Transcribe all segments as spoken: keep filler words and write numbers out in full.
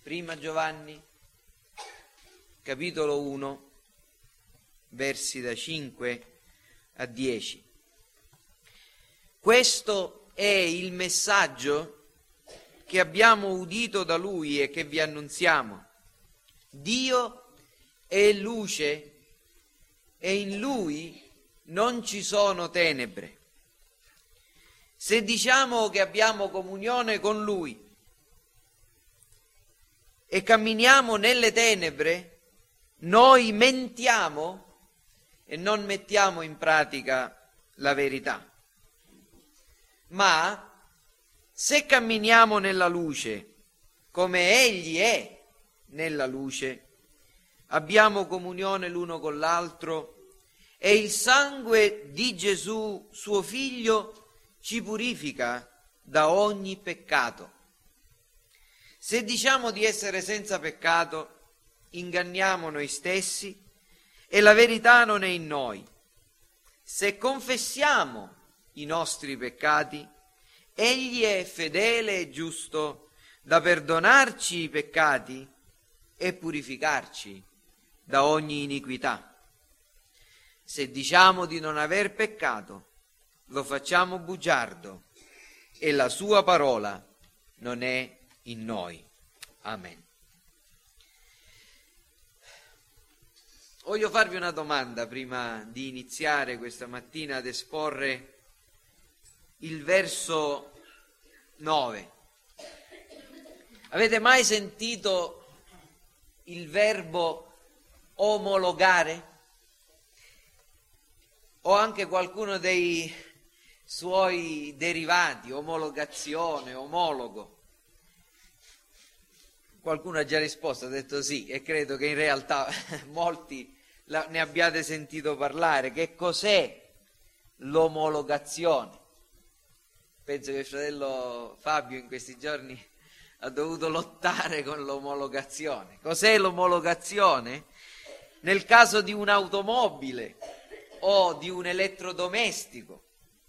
Prima Giovanni, capitolo uno, versi da cinque a dieci. Questo è il messaggio che abbiamo udito da Lui e che vi annunziamo. Dio è luce e in Lui non ci sono tenebre. Se diciamo che abbiamo comunione con Lui e camminiamo nelle tenebre, noi mentiamo e non mettiamo in pratica la verità. Ma se camminiamo nella luce, come Egli è nella luce, abbiamo comunione l'uno con l'altro e il sangue di Gesù, suo Figlio, ci purifica da ogni peccato. Se diciamo di essere senza peccato, inganniamo noi stessi e la verità non è in noi. Se confessiamo i nostri peccati, Egli è fedele e giusto da perdonarci i peccati e purificarci da ogni iniquità. Se diciamo di non aver peccato, lo facciamo bugiardo e la sua parola non è in noi. Amen. Voglio farvi una domanda prima di iniziare questa mattina ad esporre il verso nove. Avete mai sentito il verbo omologare? O anche qualcuno dei suoi derivati, omologazione, omologo? Qualcuno ha già risposto, ha detto sì, e credo che in realtà molti la, ne abbiate sentito parlare. Che cos'è l'omologazione? Penso che il fratello Fabio in questi giorni ha dovuto lottare con l'omologazione. Cos'è l'omologazione? Nel caso di un'automobile o di un elettrodomestico,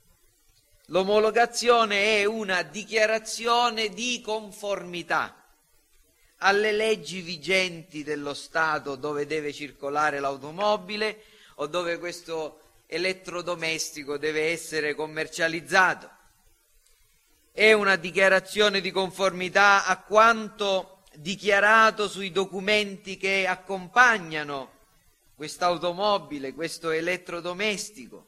l'omologazione è una dichiarazione di conformità alle leggi vigenti dello Stato dove deve circolare l'automobile o dove questo elettrodomestico deve essere commercializzato. È una dichiarazione di conformità a quanto dichiarato sui documenti che accompagnano quest'automobile, questo elettrodomestico,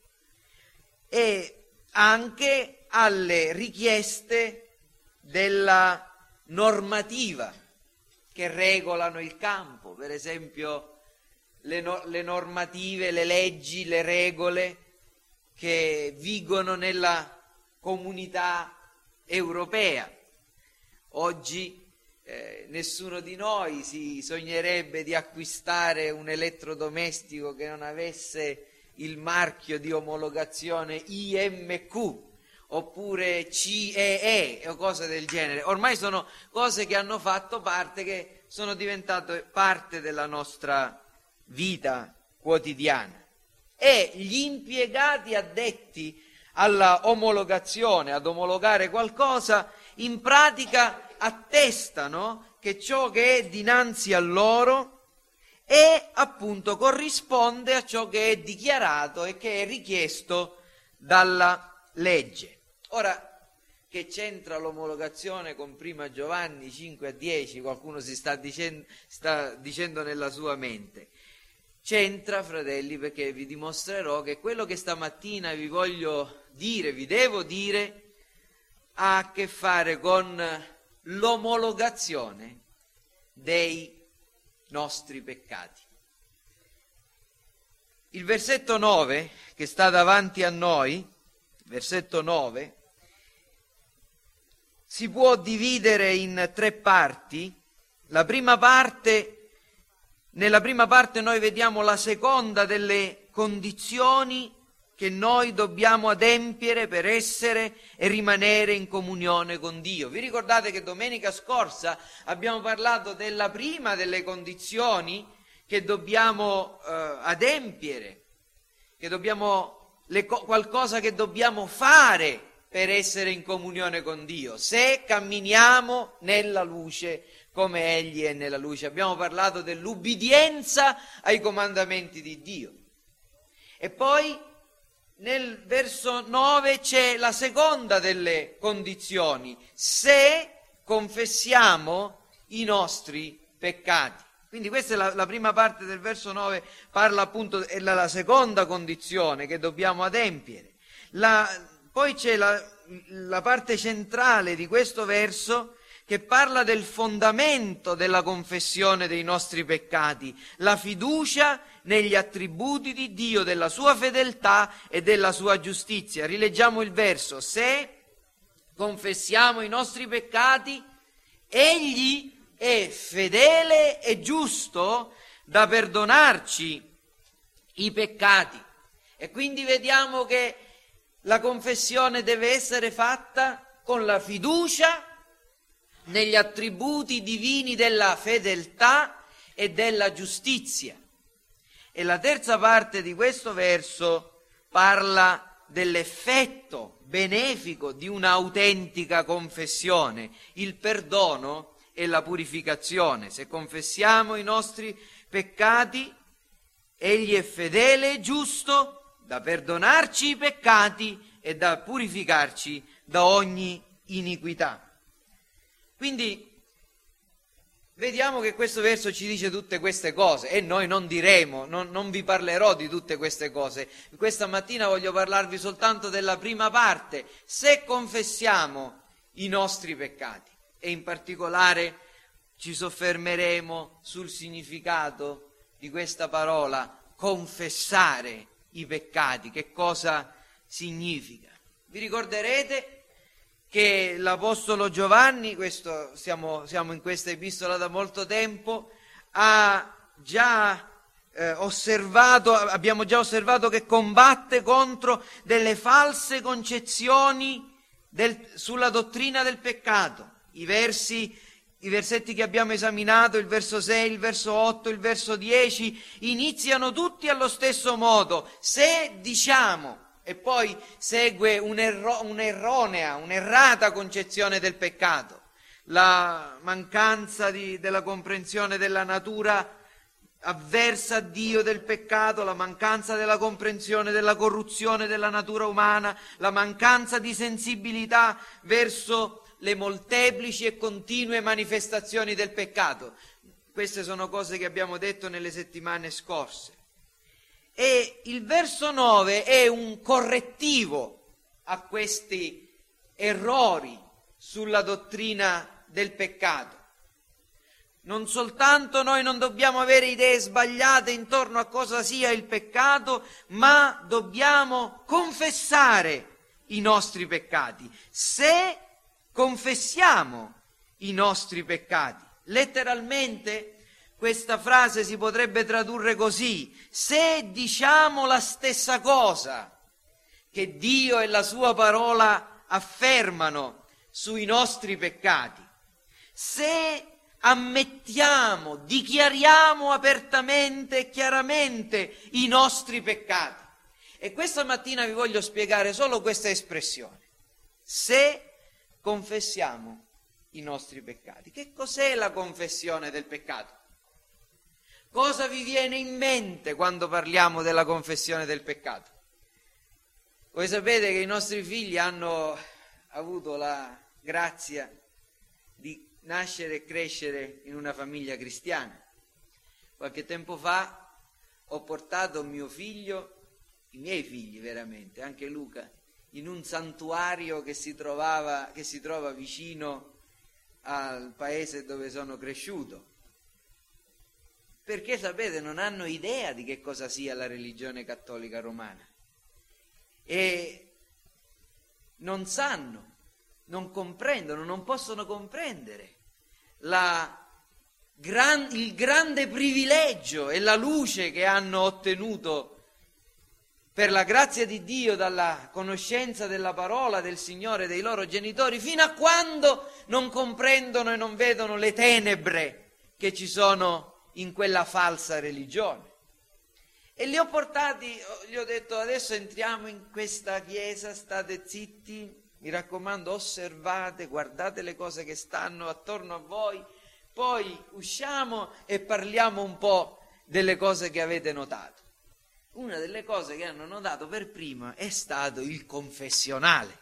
e anche alle richieste della normativa che regolano il campo, per esempio le, no- le normative, le leggi, le regole che vigono nella comunità europea. Oggi eh, nessuno di noi si sognerebbe di acquistare un elettrodomestico che non avesse il marchio di omologazione I M Q oppure C E E o cose del genere. Ormai sono cose che hanno fatto parte, che sono diventate parte della nostra vita quotidiana. E gli impiegati addetti alla omologazione, ad omologare qualcosa, in pratica attestano che ciò che è dinanzi a loro è appunto corrisponde a ciò che è dichiarato e che è richiesto dalla legge. Ora, che c'entra l'omologazione con Prima Giovanni cinque a dieci? Qualcuno si sta dicendo, sta dicendo nella sua mente. C'entra, fratelli, perché vi dimostrerò che quello che stamattina vi voglio dire, vi devo dire, ha a che fare con l'omologazione dei nostri peccati. Il versetto nove, che sta davanti a noi, versetto nove, si può dividere in tre parti. La prima parte Nella prima parte noi vediamo la seconda delle condizioni che noi dobbiamo adempiere per essere e rimanere in comunione con Dio. Vi ricordate che domenica scorsa abbiamo parlato della prima delle condizioni che dobbiamo eh, adempiere, che dobbiamo, le, qualcosa che dobbiamo fare per essere in comunione con Dio, se camminiamo nella luce come Egli è nella luce. Abbiamo parlato dell'ubbidienza ai comandamenti di Dio. E poi nel verso nove c'è la seconda delle condizioni: se confessiamo i nostri peccati. Quindi questa è la, la prima parte del verso nove, parla appunto della la seconda condizione che dobbiamo adempiere. La, poi c'è la, la parte centrale di questo verso che parla del fondamento della confessione dei nostri peccati, la fiducia negli attributi di Dio, della sua fedeltà e della sua giustizia. Rileggiamo il verso: se confessiamo i nostri peccati, Egli è fedele e giusto da perdonarci i peccati. E quindi vediamo che la confessione deve essere fatta con la fiducia negli attributi divini della fedeltà e della giustizia. E la terza parte di questo verso parla dell'effetto benefico di un'autentica confessione, il perdono e la purificazione. Se confessiamo i nostri peccati, Egli è fedele e giusto da perdonarci i peccati e da purificarci da ogni iniquità. Quindi vediamo che questo verso ci dice tutte queste cose e noi non diremo, non, non vi parlerò di tutte queste cose. Questa mattina voglio parlarvi soltanto della prima parte: se confessiamo i nostri peccati. E in particolare ci soffermeremo sul significato di questa parola confessare i peccati. Che cosa significa? Vi ricorderete che l'Apostolo Giovanni, questo siamo, siamo in questa epistola da molto tempo, ha già eh, osservato, abbiamo già osservato che combatte contro delle false concezioni del, sulla dottrina del peccato. I versi, i versetti che abbiamo esaminato, il verso sei, il verso otto, il verso dieci, iniziano tutti allo stesso modo: se diciamo, e poi segue un'erro, un'erronea, un'errata concezione del peccato, la mancanza di, della comprensione della natura avversa a Dio del peccato, la mancanza della comprensione della corruzione della natura umana, la mancanza di sensibilità verso le molteplici e continue manifestazioni del peccato. Queste sono cose che abbiamo detto nelle settimane scorse. E il verso nove è un correttivo a questi errori sulla dottrina del peccato. Non soltanto noi non dobbiamo avere idee sbagliate intorno a cosa sia il peccato, ma dobbiamo confessare i nostri peccati. Se confessiamo i nostri peccati, letteralmente questa frase si potrebbe tradurre così: se diciamo la stessa cosa che Dio e la sua parola affermano sui nostri peccati, se ammettiamo, dichiariamo apertamente e chiaramente i nostri peccati. E questa mattina vi voglio spiegare solo questa espressione: se confessiamo i nostri peccati. Che cos'è la confessione del peccato? Cosa vi viene in mente quando parliamo della confessione del peccato? Voi sapete che i nostri figli hanno avuto la grazia di nascere e crescere in una famiglia cristiana. Qualche tempo fa ho portato mio figlio, i miei figli veramente, anche Luca, in un santuario che si trovava, che si trova vicino al paese dove sono cresciuto. Perché, sapete, non hanno idea di che cosa sia la religione cattolica romana. E non sanno, non comprendono, non possono comprendere la gran, il grande privilegio e la luce che hanno ottenuto per la grazia di Dio dalla conoscenza della parola del Signore, dei loro genitori, fino a quando non comprendono e non vedono le tenebre che ci sono in quella falsa religione. E li ho portati, gli ho detto: adesso entriamo in questa chiesa, state zitti, mi raccomando, osservate, guardate le cose che stanno attorno a voi, poi usciamo e parliamo un po' delle cose che avete notato. Una delle cose che hanno notato per prima è stato il confessionale.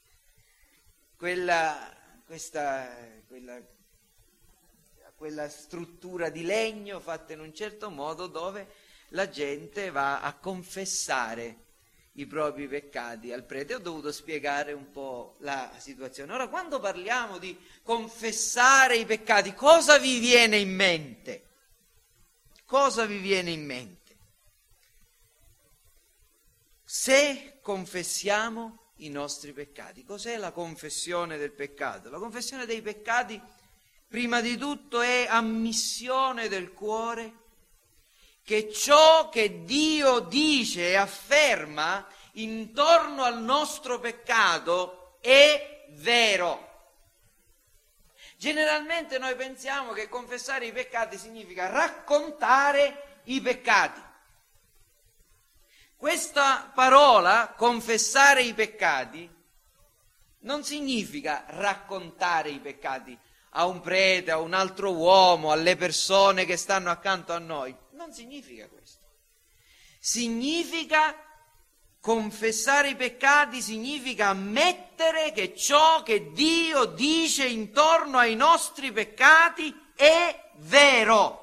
Quella, questa, quella, quella struttura di legno fatta in un certo modo dove la gente va a confessare i propri peccati al prete. Ho dovuto spiegare un po' la situazione. Ora, quando parliamo di confessare i peccati, cosa vi viene in mente? Cosa vi viene in mente? Se confessiamo i nostri peccati, cos'è la confessione del peccato? La confessione dei peccati, prima di tutto, è ammissione del cuore che ciò che Dio dice e afferma intorno al nostro peccato è vero. Generalmente noi pensiamo che confessare i peccati significa raccontare i peccati. Questa parola, confessare i peccati, non significa raccontare i peccati a un prete, a un altro uomo, alle persone che stanno accanto a noi. Non significa questo. Significa confessare i peccati, significa ammettere che ciò che Dio dice intorno ai nostri peccati è vero.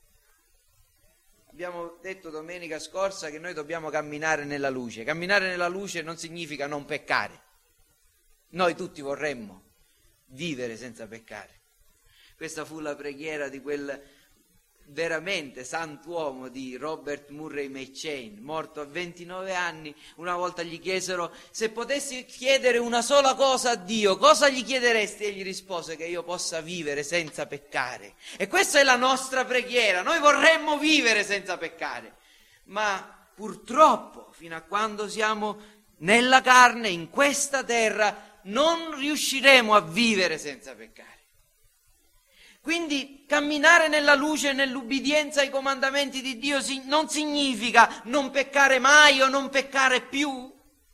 Abbiamo detto domenica scorsa che noi dobbiamo camminare nella luce. Camminare nella luce non significa non peccare. Noi tutti vorremmo vivere senza peccare. Questa fu la preghiera di quel veramente santuomo di Robert Murray McCheyne, morto a ventinove anni. Una volta gli chiesero: se potessi chiedere una sola cosa a Dio, cosa gli chiederesti? E gli rispose: che io possa vivere senza peccare. E questa è la nostra preghiera. Noi vorremmo vivere senza peccare, ma purtroppo fino a quando siamo nella carne, in questa terra, non riusciremo a vivere senza peccare. Quindi camminare nella luce e nell'ubbidienza ai comandamenti di Dio non significa non peccare mai o non peccare più.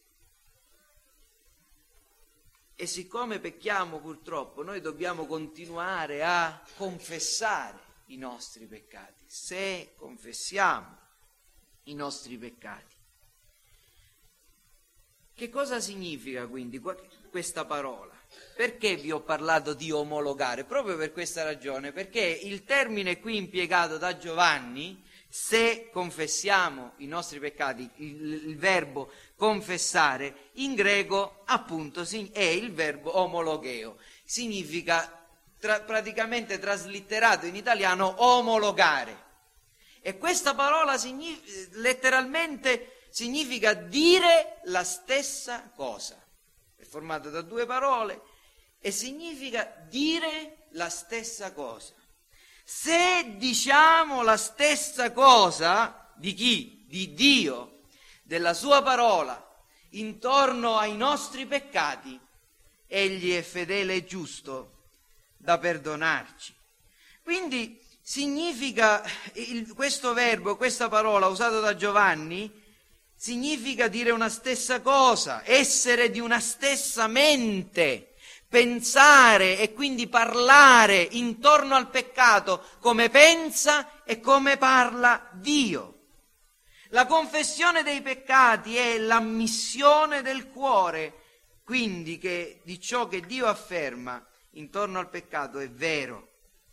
E siccome pecchiamo purtroppo, noi dobbiamo continuare a confessare i nostri peccati. Se confessiamo i nostri peccati. Che cosa significa quindi questa parola? Perché vi ho parlato di omologare? Proprio per questa ragione, perché il termine qui impiegato da Giovanni, se confessiamo i nostri peccati, il, il verbo confessare, in greco appunto è il verbo omologeo, significa tra, praticamente traslitterato in italiano omologare. E questa parola signif- letteralmente significa dire la stessa cosa. È formato da due parole e significa dire la stessa cosa. Se diciamo la stessa cosa di chi? Di Dio, della sua parola, intorno ai nostri peccati, Egli è fedele e giusto da perdonarci. Quindi significa, il, questo verbo, questa parola usato da Giovanni, significa dire una stessa cosa, essere di una stessa mente, pensare e quindi parlare intorno al peccato come pensa e come parla Dio. La confessione dei peccati è l'ammissione del cuore, quindi che di ciò che Dio afferma intorno al peccato è vero.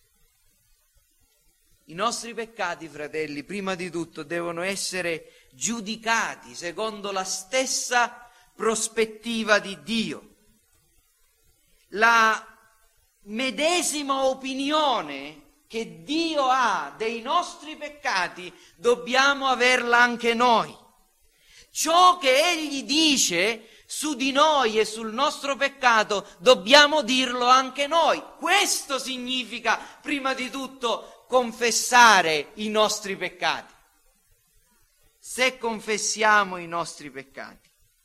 I nostri peccati, fratelli, prima di tutto devono essere giudicati secondo la stessa prospettiva di Dio. La medesima opinione che Dio ha dei nostri peccati dobbiamo averla anche noi. Ciò che Egli dice su di noi e sul nostro peccato dobbiamo dirlo anche noi. Questo significa prima di tutto confessare i nostri peccati. Se confessiamo i nostri peccati,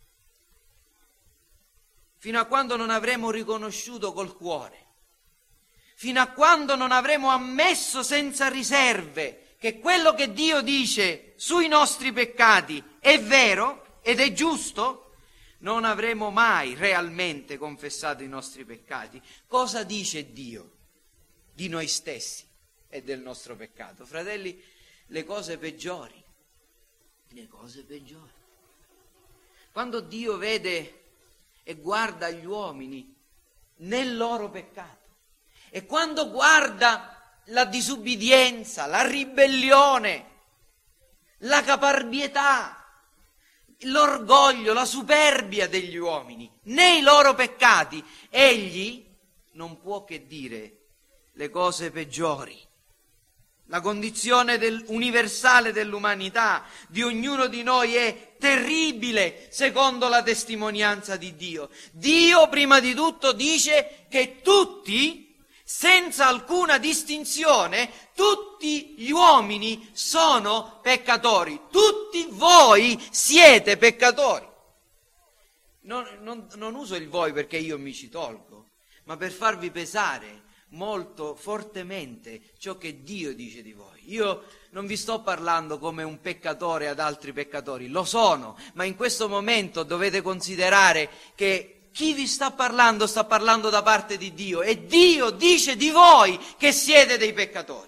fino a quando non avremo riconosciuto col cuore, fino a quando non avremo ammesso senza riserve che quello che Dio dice sui nostri peccati è vero ed è giusto, non avremo mai realmente confessato i nostri peccati. Cosa dice Dio? di noi stessi e del nostro peccato. Fratelli, le cose peggiori, le cose peggiori. Quando Dio vede e guarda gli uomini nel loro peccato, e quando guarda la disubbidienza, la ribellione, la caparbietà, l'orgoglio, la superbia degli uomini nei loro peccati, egli non può che dire le cose peggiori. La condizione del, universale dell'umanità, di ognuno di noi, è terribile secondo la testimonianza di Dio. Dio prima di tutto dice che tutti, senza alcuna distinzione, tutti gli uomini sono peccatori. Tutti voi siete peccatori. Non, non, non uso il voi perché io mi ci tolgo, ma per farvi pesare molto fortemente ciò che Dio dice di voi. Io non vi sto parlando come un peccatore ad altri peccatori, lo sono, ma in questo momento dovete considerare che chi vi sta parlando sta parlando da parte di Dio, e Dio dice di voi che siete dei peccatori.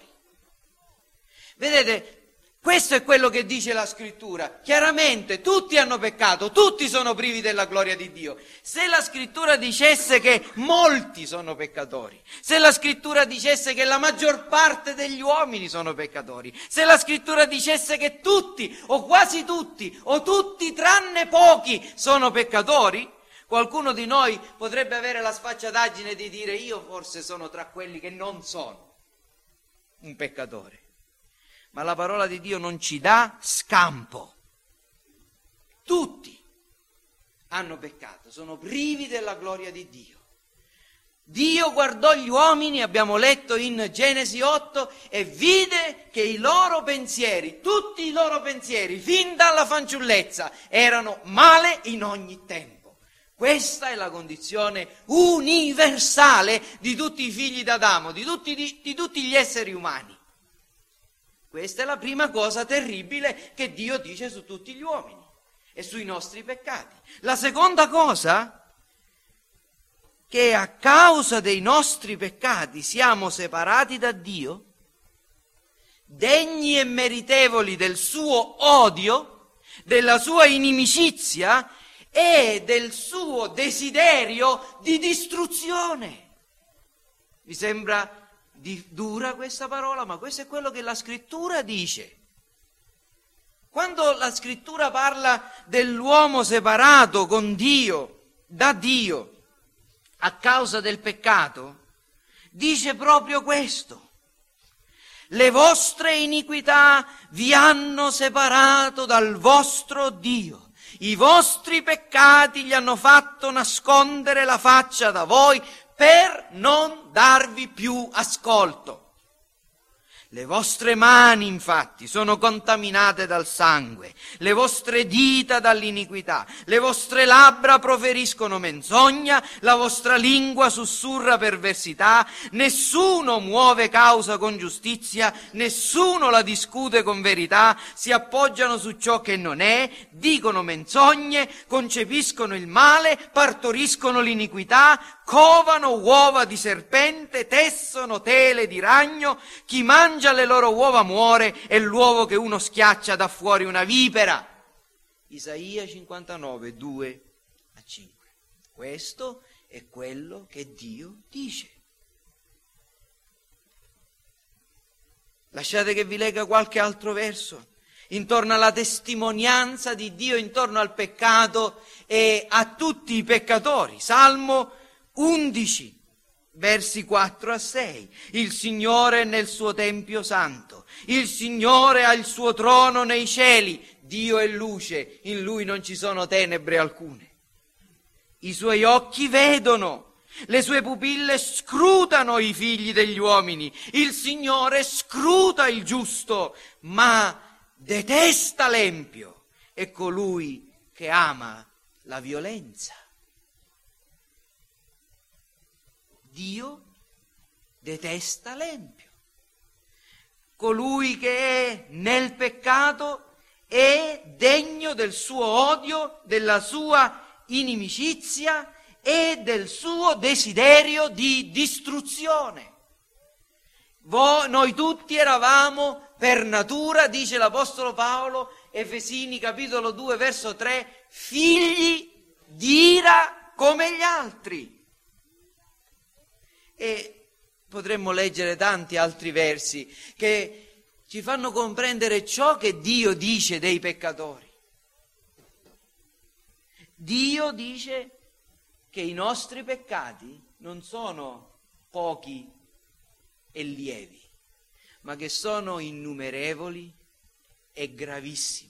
Vedete, questo è quello che dice la Scrittura. Chiaramente tutti hanno peccato, tutti sono privi della gloria di Dio. Se la Scrittura dicesse che molti sono peccatori, se la Scrittura dicesse che la maggior parte degli uomini sono peccatori, se la Scrittura dicesse che tutti o quasi tutti o tutti tranne pochi sono peccatori, qualcuno di noi potrebbe avere la sfacciataggine di dire: io forse sono tra quelli che non sono un peccatore. Ma la parola di Dio non ci dà scampo. Tutti hanno peccato, sono privi della gloria di Dio. Dio guardò gli uomini, abbiamo letto in Genesi otto, e vide che i loro pensieri, tutti i loro pensieri, fin dalla fanciullezza, erano male in ogni tempo. Questa è la condizione universale di tutti i figli d'Adamo, di tutti, di, di tutti gli esseri umani. Questa è la prima cosa terribile che Dio dice su tutti gli uomini e sui nostri peccati. La seconda cosa, che a causa dei nostri peccati siamo separati da Dio, degni e meritevoli del suo odio, della sua inimicizia e del suo desiderio di distruzione. Vi sembra Di, dura questa parola, ma questo è quello che la Scrittura dice. Quando la Scrittura parla dell'uomo separato con Dio, da Dio, a causa del peccato, dice proprio questo: le vostre iniquità vi hanno separato dal vostro Dio, i vostri peccati gli hanno fatto nascondere la faccia da voi per non darvi più ascolto. Le vostre mani, infatti, sono contaminate dal sangue, le vostre dita dall'iniquità, le vostre labbra proferiscono menzogna, la vostra lingua sussurra perversità, nessuno muove causa con giustizia, nessuno la discute con verità, si appoggiano su ciò che non è, dicono menzogne, concepiscono il male, partoriscono l'iniquità, covano uova di serpente, tessono tele di ragno, chi mangia le loro uova muore e l'uovo che uno schiaccia dà fuori una vipera. Isaia cinquantanove, due a cinque. Questo è quello che Dio dice. Lasciate che vi legga qualche altro verso intorno alla testimonianza di Dio, intorno al peccato e a tutti i peccatori. Salmo undici, versi quattro a sei. Il Signore è nel suo tempio santo, il Signore ha il suo trono nei cieli, Dio è luce, in Lui non ci sono tenebre alcune. I suoi occhi vedono, le sue pupille scrutano i figli degli uomini, il Signore scruta il giusto, ma detesta l'empio e colui che ama la violenza. Dio detesta l'empio. Colui che è nel peccato è degno del suo odio, della sua inimicizia e del suo desiderio di distruzione. Voi, noi tutti eravamo per natura, dice l'Apostolo Paolo, Efesini capitolo due verso tre, figli di ira come gli altri. E potremmo leggere tanti altri versi che ci fanno comprendere ciò che Dio dice dei peccatori. Dio dice che i nostri peccati non sono pochi e lievi, ma che sono innumerevoli e gravissimi.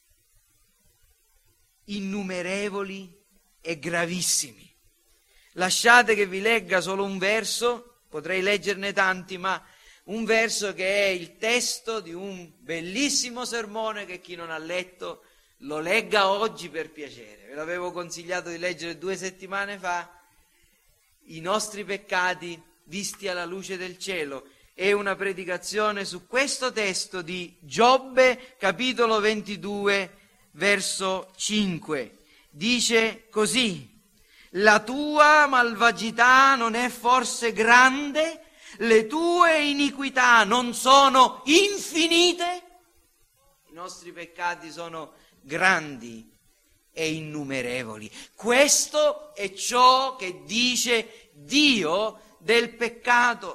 Innumerevoli e gravissimi. Lasciate che vi legga solo un verso, potrei leggerne tanti, ma un verso che è il testo di un bellissimo sermone che chi non ha letto lo legga oggi per piacere. Ve l'avevo consigliato di leggere due settimane fa, I nostri peccati visti alla luce del cielo. È una predicazione su questo testo di Giobbe, capitolo ventidue, verso cinque. Dice così: la tua malvagità non è forse grande? Le tue iniquità non sono infinite? I nostri peccati sono grandi e innumerevoli. Questo è ciò che dice Dio del peccato.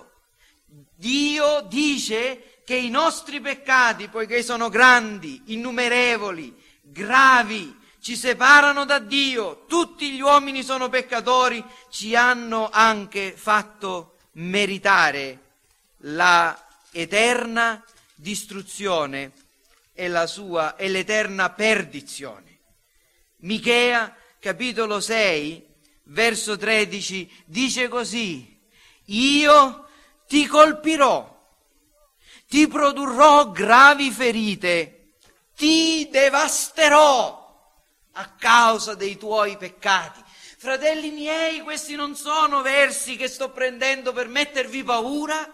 Dio dice che i nostri peccati, poiché sono grandi, innumerevoli, gravi, ci separano da Dio, tutti gli uomini sono peccatori, ci hanno anche fatto meritare la eterna distruzione e la sua e l'eterna perdizione. Michea, capitolo sei, verso tredici, dice così: io ti colpirò, ti produrrò gravi ferite, ti devasterò a causa dei tuoi peccati. Fratelli miei, questi non sono versi che sto prendendo per mettervi paura.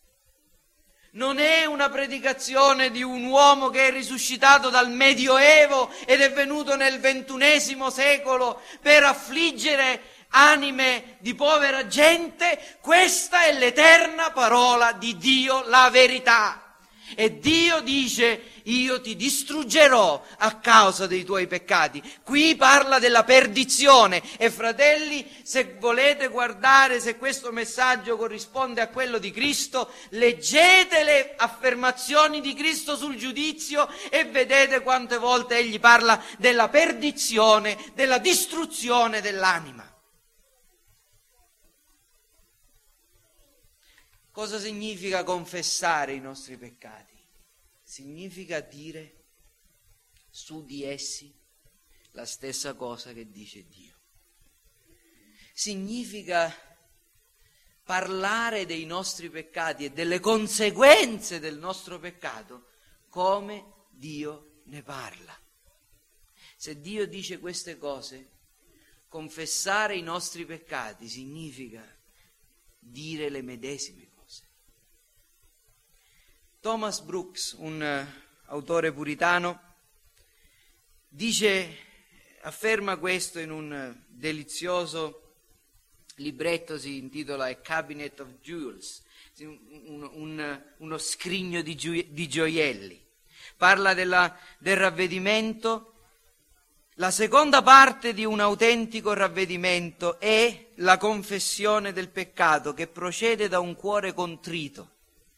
Non è una predicazione di un uomo che è risuscitato dal Medioevo ed è venuto nel ventunesimo secolo per affliggere anime di povera gente. Questa è l'eterna parola di Dio, la verità. E Dio dice: io ti distruggerò a causa dei tuoi peccati. Qui parla della perdizione. E fratelli, se volete guardare se questo messaggio corrisponde a quello di Cristo, leggete le affermazioni di Cristo sul giudizio e vedete quante volte egli parla della perdizione, della distruzione dell'anima. Cosa significa confessare i nostri peccati? Significa dire su di essi la stessa cosa che dice Dio. Significa parlare dei nostri peccati e delle conseguenze del nostro peccato come Dio ne parla. Se Dio dice queste cose, confessare i nostri peccati significa dire le medesime cose. Thomas Brooks, un uh, autore puritano, dice, afferma questo in un uh, delizioso libretto, si intitola A Cabinet of Jewels, un, un, un, uno scrigno di, gio- di gioielli. Parla della, del ravvedimento. La seconda parte di un autentico ravvedimento è la confessione del peccato, che procede da un cuore contrito.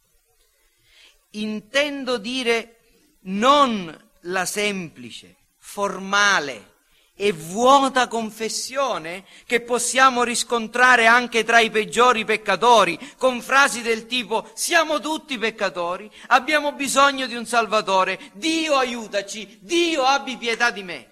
Intendo dire non la semplice, formale e vuota confessione che possiamo riscontrare anche tra i peggiori peccatori, con frasi del tipo: siamo tutti peccatori, abbiamo bisogno di un Salvatore, Dio aiutaci, Dio abbi pietà di me.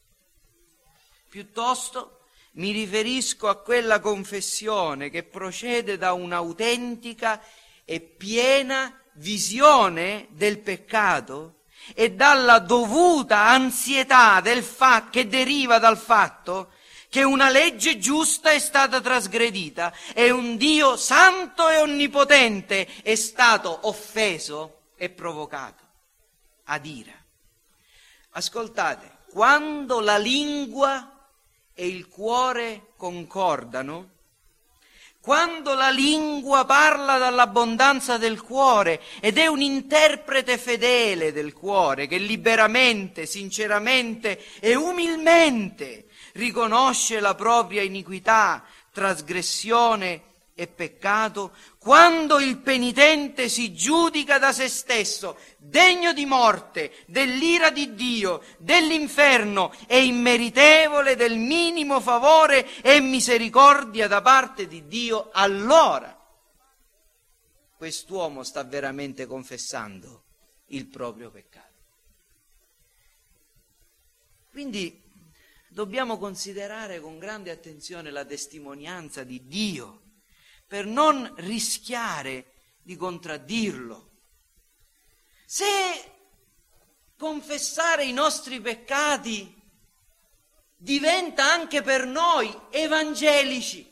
Piuttosto mi riferisco a quella confessione che procede da un'autentica e piena visione del peccato e dalla dovuta ansietà del fa- che deriva dal fatto che una legge giusta è stata trasgredita e un Dio santo e onnipotente è stato offeso e provocato ad ira. Ascoltate, quando la lingua e il cuore concordano, quando la lingua parla dall'abbondanza del cuore ed è un interprete fedele del cuore che liberamente, sinceramente e umilmente riconosce la propria iniquità, trasgressione e peccato, quando il penitente si giudica da se stesso degno di morte, dell'ira di Dio, dell'inferno e immeritevole del minimo favore e misericordia da parte di Dio, allora quest'uomo sta veramente confessando il proprio peccato. Quindi dobbiamo considerare con grande attenzione la testimonianza di Dio per non rischiare di contraddirlo. Se confessare i nostri peccati diventa anche per noi evangelici,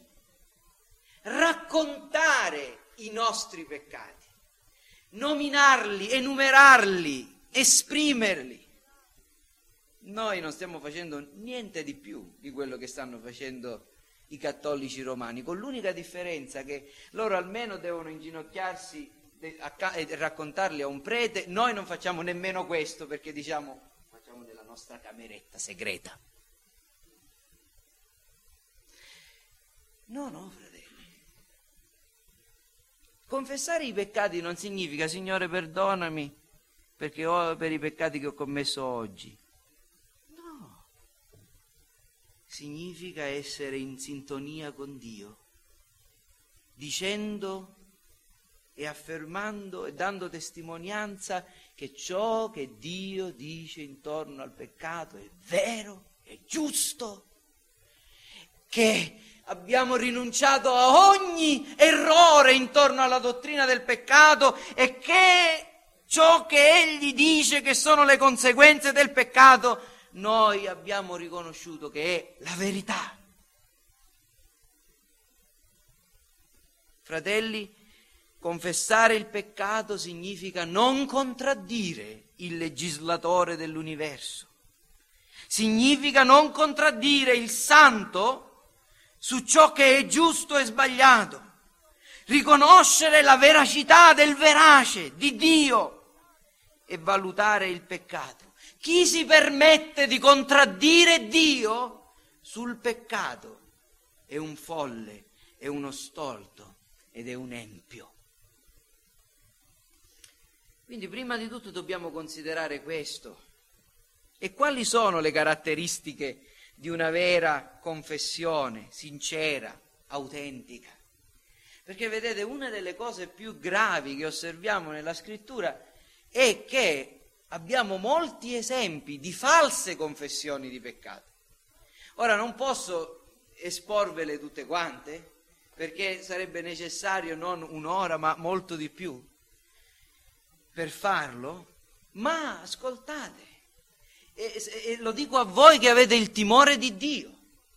raccontare i nostri peccati, nominarli, enumerarli, esprimerli, noi non stiamo facendo niente di più di quello che stanno facendo i cattolici romani, con l'unica differenza che loro almeno devono inginocchiarsi e raccontarli a un prete. Noi non facciamo nemmeno questo, perché diciamo facciamo nella nostra cameretta segreta. No, no, fratelli. Confessare i peccati non significa: Signore, perdonami perché ho per i peccati che ho commesso oggi. Significa essere in sintonia con Dio, dicendo e affermando e dando testimonianza che ciò che Dio dice intorno al peccato è vero, è giusto, che abbiamo rinunciato a ogni errore intorno alla dottrina del peccato e che ciò che Egli dice che sono le conseguenze del peccato noi abbiamo riconosciuto che è la verità. Fratelli, confessare il peccato significa non contraddire il legislatore dell'universo, significa non contraddire il santo su ciò che è giusto e sbagliato, riconoscere la veracità del verace, di Dio, e valutare il peccato. Chi si permette di contraddire Dio sul peccato è un folle, è uno stolto ed è un empio. Quindi prima di tutto dobbiamo considerare questo. E quali sono le caratteristiche di una vera confessione, sincera, autentica? Perché vedete, una delle cose più gravi che osserviamo nella Scrittura è che abbiamo molti esempi di false confessioni di peccato. Ora non posso esporvele tutte quante, perché sarebbe necessario non un'ora, ma molto di più per farlo, ma ascoltate, e, e lo dico a voi che avete il timore di Dio,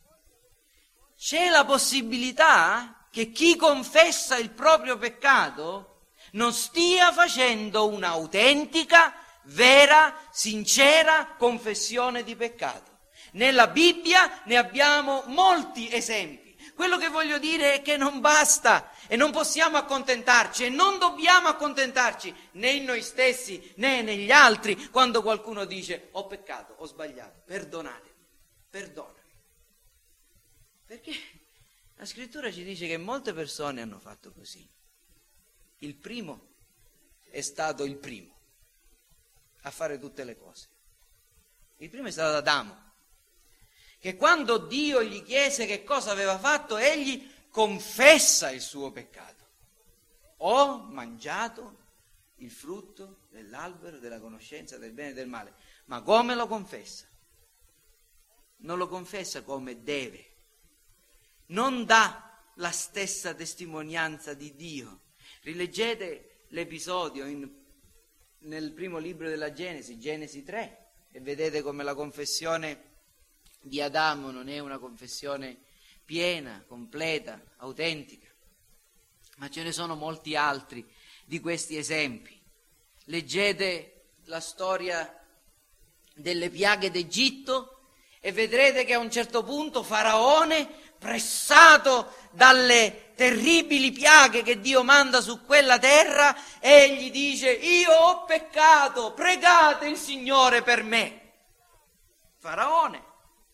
c'è la possibilità che chi confessa il proprio peccato non stia facendo un'autentica, vera, sincera confessione di peccato. Nella Bibbia ne abbiamo molti esempi. Quello che voglio dire è che non basta e non possiamo accontentarci e non dobbiamo accontentarci né in noi stessi né negli altri quando qualcuno dice: ho peccato, ho sbagliato, perdonatemi, perdonami. Perché la Scrittura ci dice che molte persone hanno fatto così. Il primo è stato il primo a fare tutte le cose. Il primo è stato Adamo, che quando Dio gli chiese che cosa aveva fatto, egli confessa il suo peccato. Ho mangiato il frutto dell'albero della conoscenza del bene e del male. Ma come lo confessa? Non lo confessa come deve. Non dà la stessa testimonianza di Dio. Rileggete l'episodio in nel primo libro della Genesi, Genesi tre, e vedete come la confessione di Adamo non è una confessione piena, completa, autentica. Ma ce ne sono molti altri di questi esempi. Leggete la storia delle piaghe d'Egitto e vedrete che a un certo punto Faraone pressato dalle terribili piaghe che Dio manda su quella terra, egli dice: io ho peccato, pregate il Signore per me. Faraone.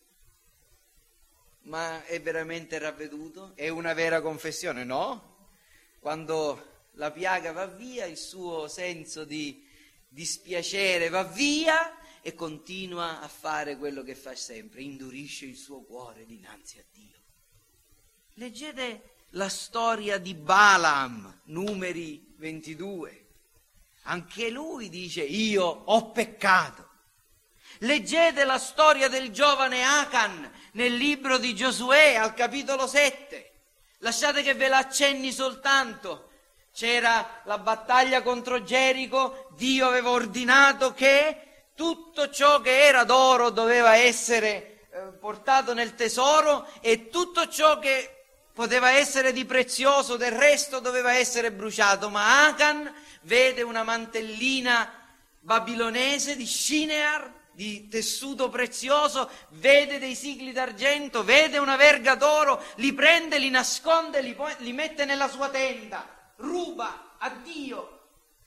Ma è veramente ravveduto? È una vera confessione? No. Quando la piaga va via, il suo senso di dispiacere va via e continua a fare quello che fa sempre, indurisce il suo cuore dinanzi a Dio. Leggete la storia di Balaam, Numeri ventidue. Anche lui dice: io ho peccato. Leggete la storia del giovane Acan nel libro di Giosuè al capitolo sette. Lasciate che ve la accenni soltanto. C'era la battaglia contro Gerico, Dio aveva ordinato che tutto ciò che era d'oro doveva essere eh, portato nel tesoro e tutto ciò che poteva essere di prezioso del resto doveva essere bruciato. Ma Acan vede una mantellina babilonese di Shinear, di tessuto prezioso, vede dei sigli d'argento, vede una verga d'oro, li prende, li nasconde, li, poi, li mette nella sua tenda, ruba a Dio.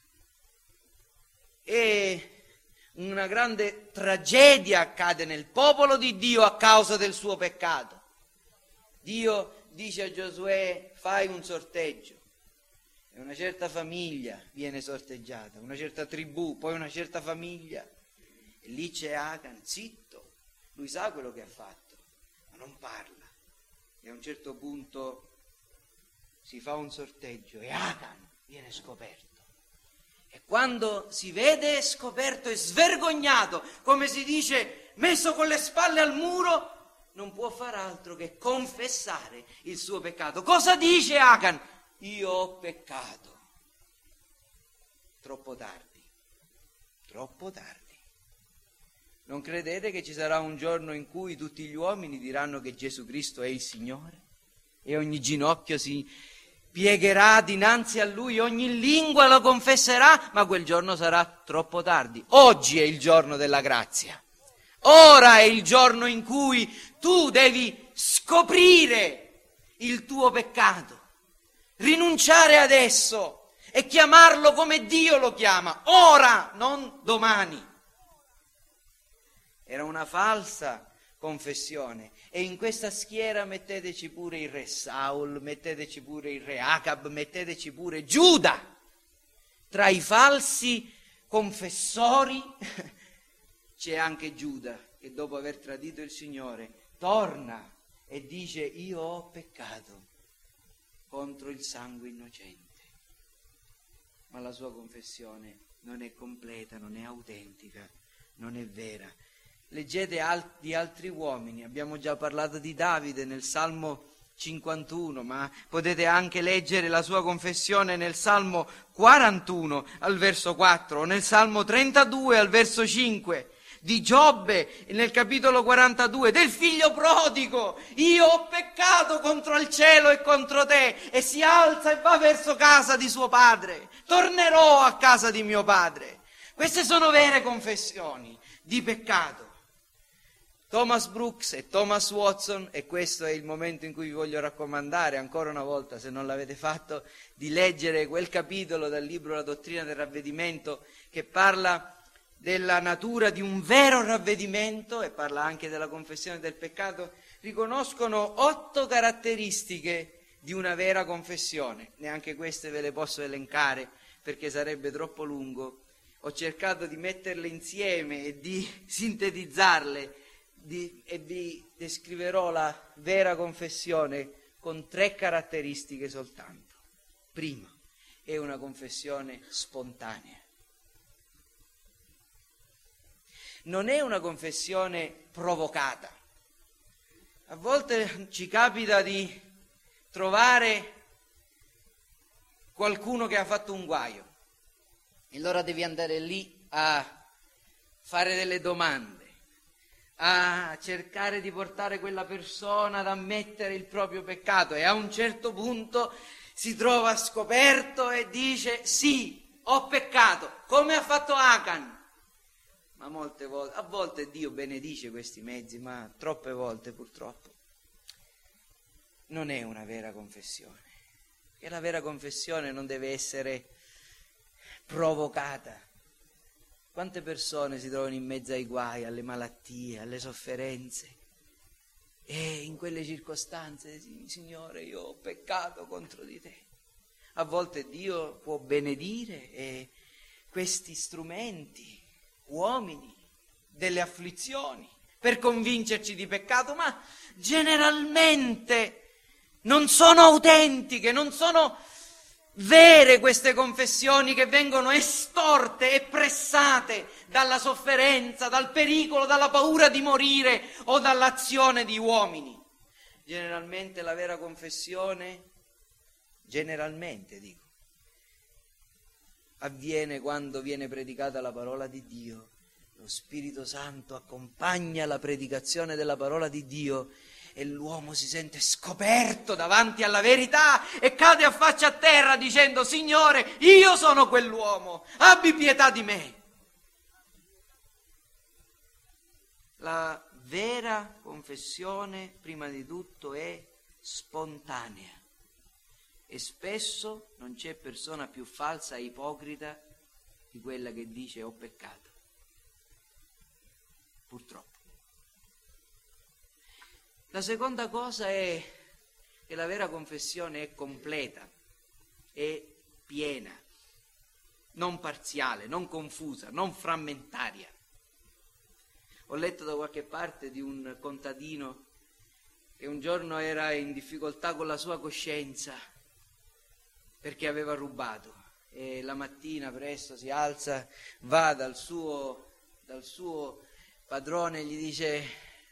E una grande tragedia accade nel popolo di Dio a causa del suo peccato. Dio dice a Giosuè: fai un sorteggio. E una certa famiglia viene sorteggiata, una certa tribù, poi una certa famiglia. E lì c'è Acan, zitto, lui sa quello che ha fatto, ma non parla. E a un certo punto si fa un sorteggio e Acan viene scoperto. E quando si vede scoperto e svergognato, come si dice, messo con le spalle al muro, non può far altro che confessare il suo peccato. Cosa dice Acan? Io ho peccato. Troppo tardi, troppo tardi. Non credete che ci sarà un giorno in cui tutti gli uomini diranno che Gesù Cristo è il Signore? E ogni ginocchio si piegherà dinanzi a Lui, ogni lingua lo confesserà, ma quel giorno sarà troppo tardi. Oggi è il giorno della grazia. Ora è il giorno in cui tu devi scoprire il tuo peccato, rinunciare ad esso e chiamarlo come Dio lo chiama, ora, non domani. Era una falsa confessione e in questa schiera metteteci pure il re Saul, metteteci pure il re Acab, metteteci pure Giuda. Tra i falsi confessori c'è anche Giuda che dopo aver tradito il Signore torna e dice: io ho peccato contro il sangue innocente. Ma la sua confessione non è completa, non è autentica, non è vera. Leggete al- di altri uomini, abbiamo già parlato di Davide nel Salmo cinquantuno, ma potete anche leggere la sua confessione nel Salmo quarantuno al verso quattro, o nel Salmo trentadue al verso cinque, di Giobbe nel capitolo quarantadue, del figlio prodigo: io ho peccato contro il cielo e contro te, e si alza e va verso casa di suo padre, tornerò a casa di mio padre. Queste sono vere confessioni di peccato. Thomas Brooks e Thomas Watson, e questo è il momento in cui vi voglio raccomandare ancora una volta, se non l'avete fatto, di leggere quel capitolo dal libro La dottrina del ravvedimento che parla della natura di un vero ravvedimento e parla anche della confessione del peccato. Riconoscono otto caratteristiche di una vera confessione. Neanche queste ve le posso elencare perché sarebbe troppo lungo. Ho cercato di metterle insieme e di sintetizzarle. Di, e vi descriverò la vera confessione con tre caratteristiche soltanto. Primo, è una confessione spontanea. Non è una confessione provocata. A volte ci capita di trovare qualcuno che ha fatto un guaio e allora devi andare lì a fare delle domande, a cercare di portare quella persona ad ammettere il proprio peccato, e a un certo punto si trova scoperto e dice: sì, ho peccato, come ha fatto Acan. Ma molte volte, a volte Dio benedice questi mezzi, ma troppe volte purtroppo non è una vera confessione. E la vera confessione non deve essere provocata. Quante persone si trovano in mezzo ai guai, alle malattie, alle sofferenze, e in quelle circostanze, Signore, io ho peccato contro di te. A volte Dio può benedire e questi strumenti, uomini, delle afflizioni, per convincerci di peccato, ma generalmente non sono autentiche, non sono vere queste confessioni che vengono estorte e pressate dalla sofferenza, dal pericolo, dalla paura di morire o dall'azione di uomini. Generalmente la vera confessione, generalmente dico, avviene quando viene predicata la parola di Dio. Lo Spirito Santo accompagna la predicazione della parola di Dio e l'uomo si sente scoperto davanti alla verità e cade a faccia a terra dicendo: Signore, io sono quell'uomo, abbi pietà di me. La vera confessione, prima di tutto, è spontanea e spesso non c'è persona più falsa e ipocrita di quella che dice ho peccato. Purtroppo. La seconda cosa è che la vera confessione è completa, è piena, non parziale, non confusa, non frammentaria. Ho letto da qualche parte di un contadino che un giorno era in difficoltà con la sua coscienza perché aveva rubato e la mattina presto si alza, va dal suo, dal suo padrone e gli dice: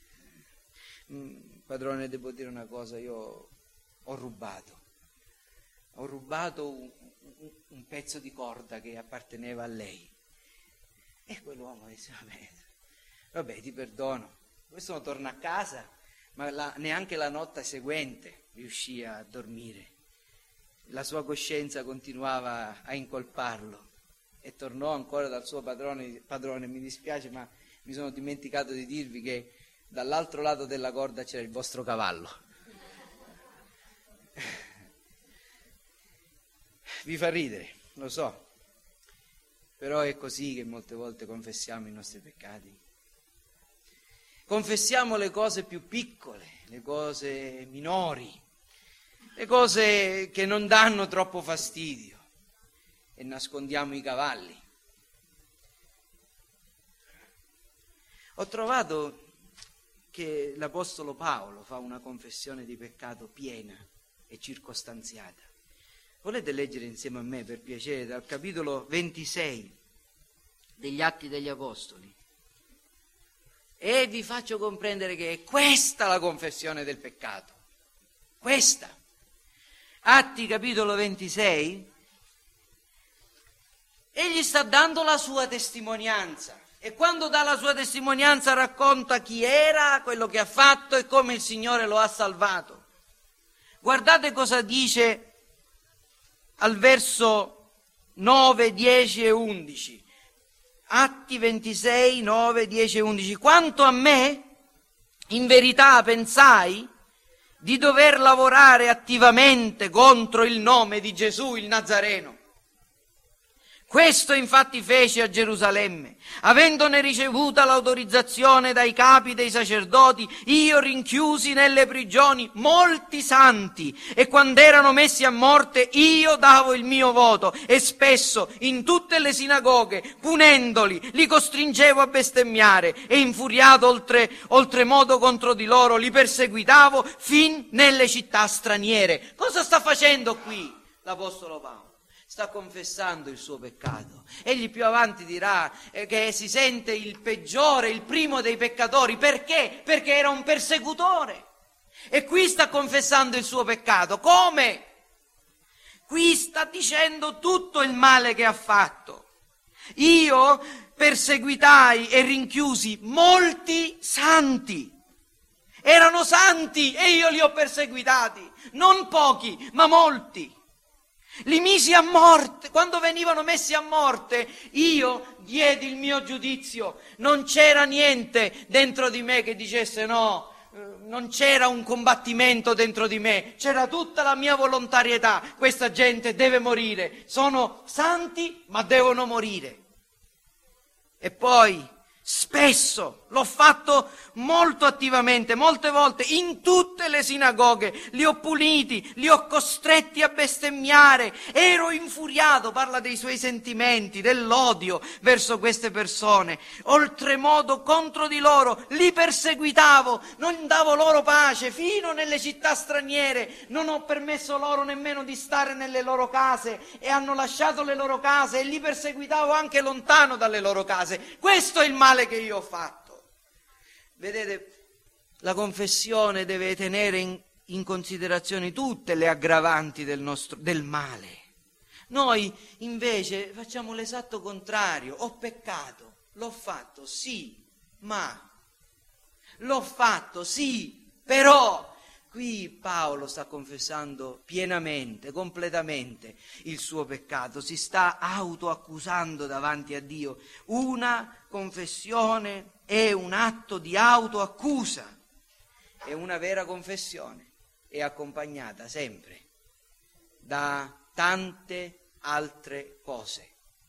padrone, devo dire una cosa, io ho rubato, ho rubato un, un, un pezzo di corda che apparteneva a lei. E quell'uomo dice: vabbè, vabbè, ti perdono. Questo non torna a casa, ma la, neanche la notte seguente riuscì a dormire. La sua coscienza continuava a incolparlo e tornò ancora dal suo padrone: padrone, mi dispiace, ma mi sono dimenticato di dirvi che dall'altro lato della corda c'era il vostro cavallo. Vi fa ridere, lo so, però è così che molte volte confessiamo i nostri peccati. Confessiamo le cose più piccole, le cose minori, le cose che non danno troppo fastidio e nascondiamo i cavalli. Ho trovato che l'Apostolo Paolo fa una confessione di peccato piena e circostanziata. Volete leggere insieme a me, per piacere, dal capitolo ventisei degli Atti degli Apostoli? E vi faccio comprendere che è questa la confessione del peccato. Questa. Atti capitolo ventisei. Egli sta dando la sua testimonianza. E quando dà la sua testimonianza racconta chi era, quello che ha fatto e come il Signore lo ha salvato. Guardate cosa dice al verso nove, dieci e undici. Atti ventisei, nove, dieci e undici. Quanto a me, in verità pensai di dover lavorare attivamente contro il nome di Gesù il Nazareno. Questo infatti fece a Gerusalemme, avendone ricevuta l'autorizzazione dai capi dei sacerdoti, io rinchiusi nelle prigioni molti santi, e quando erano messi a morte io davo il mio voto, e spesso in tutte le sinagoghe, punendoli, li costringevo a bestemmiare, e infuriato oltre, oltremodo contro di loro, li perseguitavo fin nelle città straniere. Cosa sta facendo qui l'Apostolo Paolo? Sta confessando il suo peccato. Egli più avanti dirà che si sente il peggiore, il primo dei peccatori. Perché? Perché era un persecutore. E qui sta confessando il suo peccato. Come? Qui sta dicendo tutto il male che ha fatto. Io perseguitai e rinchiusi molti santi. Erano santi e io li ho perseguitati. Non pochi, ma molti. Li misi a morte. Quando venivano messi a morte, io diedi il mio giudizio. Non c'era niente dentro di me che dicesse: no, non c'era un combattimento dentro di me, c'era tutta la mia volontarietà. Questa gente deve morire, sono santi ma devono morire. E poi spesso l'ho fatto molto attivamente, molte volte, in tutte le sinagoghe, li ho puniti, li ho costretti a bestemmiare, ero infuriato, parla dei suoi sentimenti, dell'odio verso queste persone, oltremodo contro di loro, li perseguitavo, non davo loro pace, fino nelle città straniere, non ho permesso loro nemmeno di stare nelle loro case e hanno lasciato le loro case e li perseguitavo anche lontano dalle loro case. Questo è il male che io ho fatto. Vedete, la confessione deve tenere in, in considerazione tutte le aggravanti del nostro del male. Noi invece facciamo l'esatto contrario. Ho peccato, l'ho fatto, sì, ma l'ho fatto, sì, però. Qui Paolo sta confessando pienamente, completamente il suo peccato, si sta autoaccusando davanti a Dio. Una confessione è un atto di autoaccusa, e una vera confessione è accompagnata sempre da tante altre cose.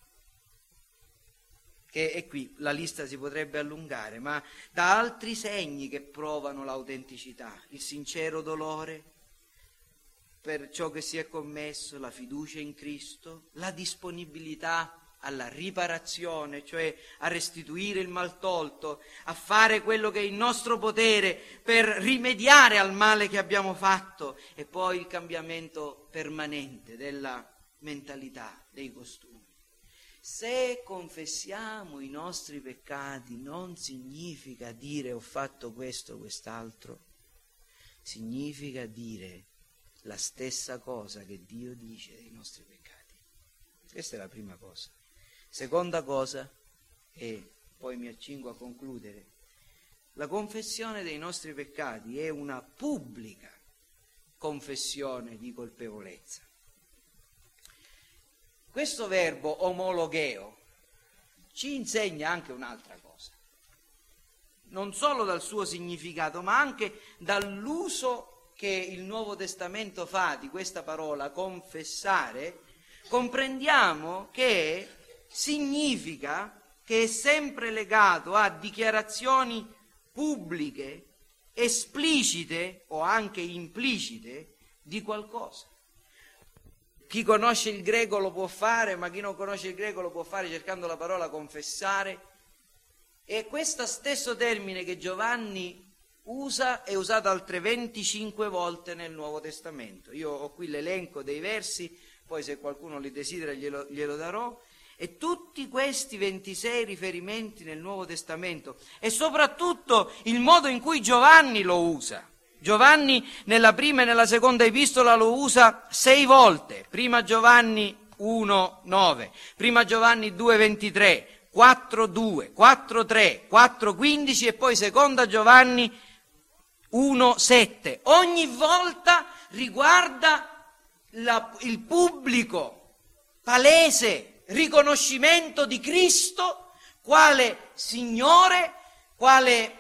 Che, e qui la lista si potrebbe allungare, ma da altri segni che provano l'autenticità, il sincero dolore per ciò che si è commesso, la fiducia in Cristo, la disponibilità alla riparazione, cioè a restituire il mal tolto, a fare quello che è in nostro potere per rimediare al male che abbiamo fatto, e poi il cambiamento permanente della mentalità, dei costumi. Se confessiamo i nostri peccati non significa dire ho fatto questo o quest'altro, significa dire la stessa cosa che Dio dice dei nostri peccati. Questa è la prima cosa. Seconda cosa, e poi mi accingo a concludere, la confessione dei nostri peccati è una pubblica confessione di colpevolezza. Questo verbo omologheo ci insegna anche un'altra cosa, non solo dal suo significato, ma anche dall'uso che il Nuovo Testamento fa di questa parola confessare. Comprendiamo che significa che è sempre legato a dichiarazioni pubbliche, esplicite o anche implicite di qualcosa. Chi conosce il greco lo può fare, ma chi non conosce il greco lo può fare cercando la parola confessare. E questo stesso termine che Giovanni usa è usato altre venticinque volte nel Nuovo Testamento. Io ho qui l'elenco dei versi, poi se qualcuno li desidera glielo, glielo darò. E tutti questi ventisei riferimenti nel Nuovo Testamento, e soprattutto il modo in cui Giovanni lo usa. Giovanni nella prima e nella seconda epistola lo usa sei volte, prima Giovanni uno nove, prima Giovanni due ventitré, quattro due, quattro tre, quattro quindici e poi seconda Giovanni uno sette. Ogni volta riguarda la, il pubblico, palese riconoscimento di Cristo quale Signore, quale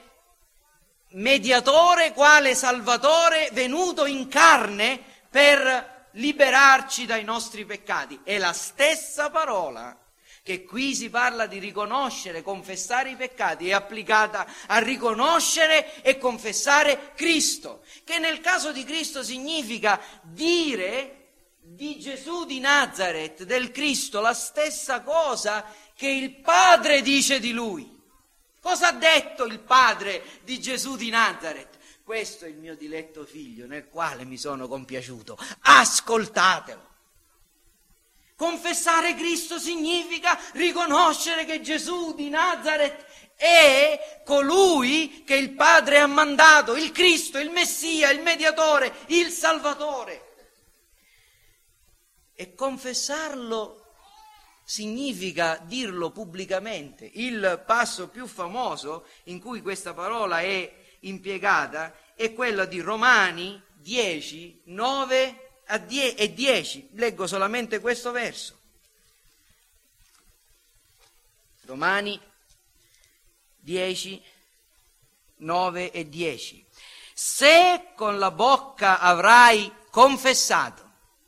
mediatore, quale Salvatore venuto in carne per liberarci dai nostri peccati. È la stessa parola che qui si parla di riconoscere, confessare i peccati, è applicata a riconoscere e confessare Cristo, che nel caso di Cristo significa dire di Gesù di Nazaret, del Cristo, la stessa cosa che il Padre dice di Lui. Cosa ha detto il Padre di Gesù di Nazaret? Questo è il mio diletto figlio nel quale mi sono compiaciuto. Ascoltatelo. Confessare Cristo significa riconoscere che Gesù di Nazaret è colui che il Padre ha mandato, il Cristo, il Messia, il Mediatore, il Salvatore. E confessarlo significa dirlo pubblicamente. Il passo più famoso in cui questa parola è impiegata è quello di Romani dieci, nove e dieci. Leggo solamente questo verso. Romani dieci, nove e dieci. Se con la bocca avrai confessato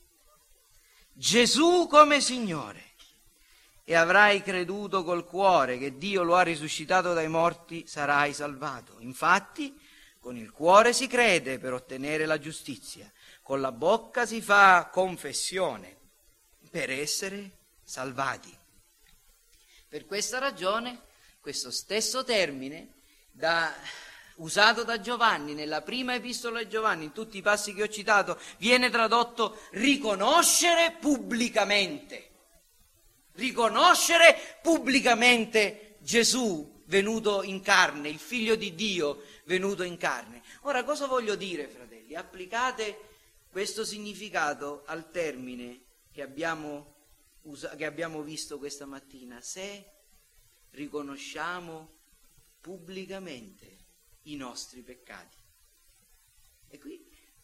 Gesù come Signore e avrai creduto col cuore che Dio lo ha risuscitato dai morti, sarai salvato. Infatti, con il cuore si crede per ottenere la giustizia, con la bocca si fa confessione per essere salvati. Per questa ragione, questo stesso termine da, usato da Giovanni nella prima epistola di Giovanni, in tutti i passi che ho citato, viene tradotto riconoscere pubblicamente. Riconoscere pubblicamente Gesù venuto in carne, il Figlio di Dio venuto in carne. Ora, cosa voglio dire, fratelli? Applicate questo significato al termine che abbiamo che abbiamo visto questa mattina: se riconosciamo pubblicamente i nostri peccati. E qui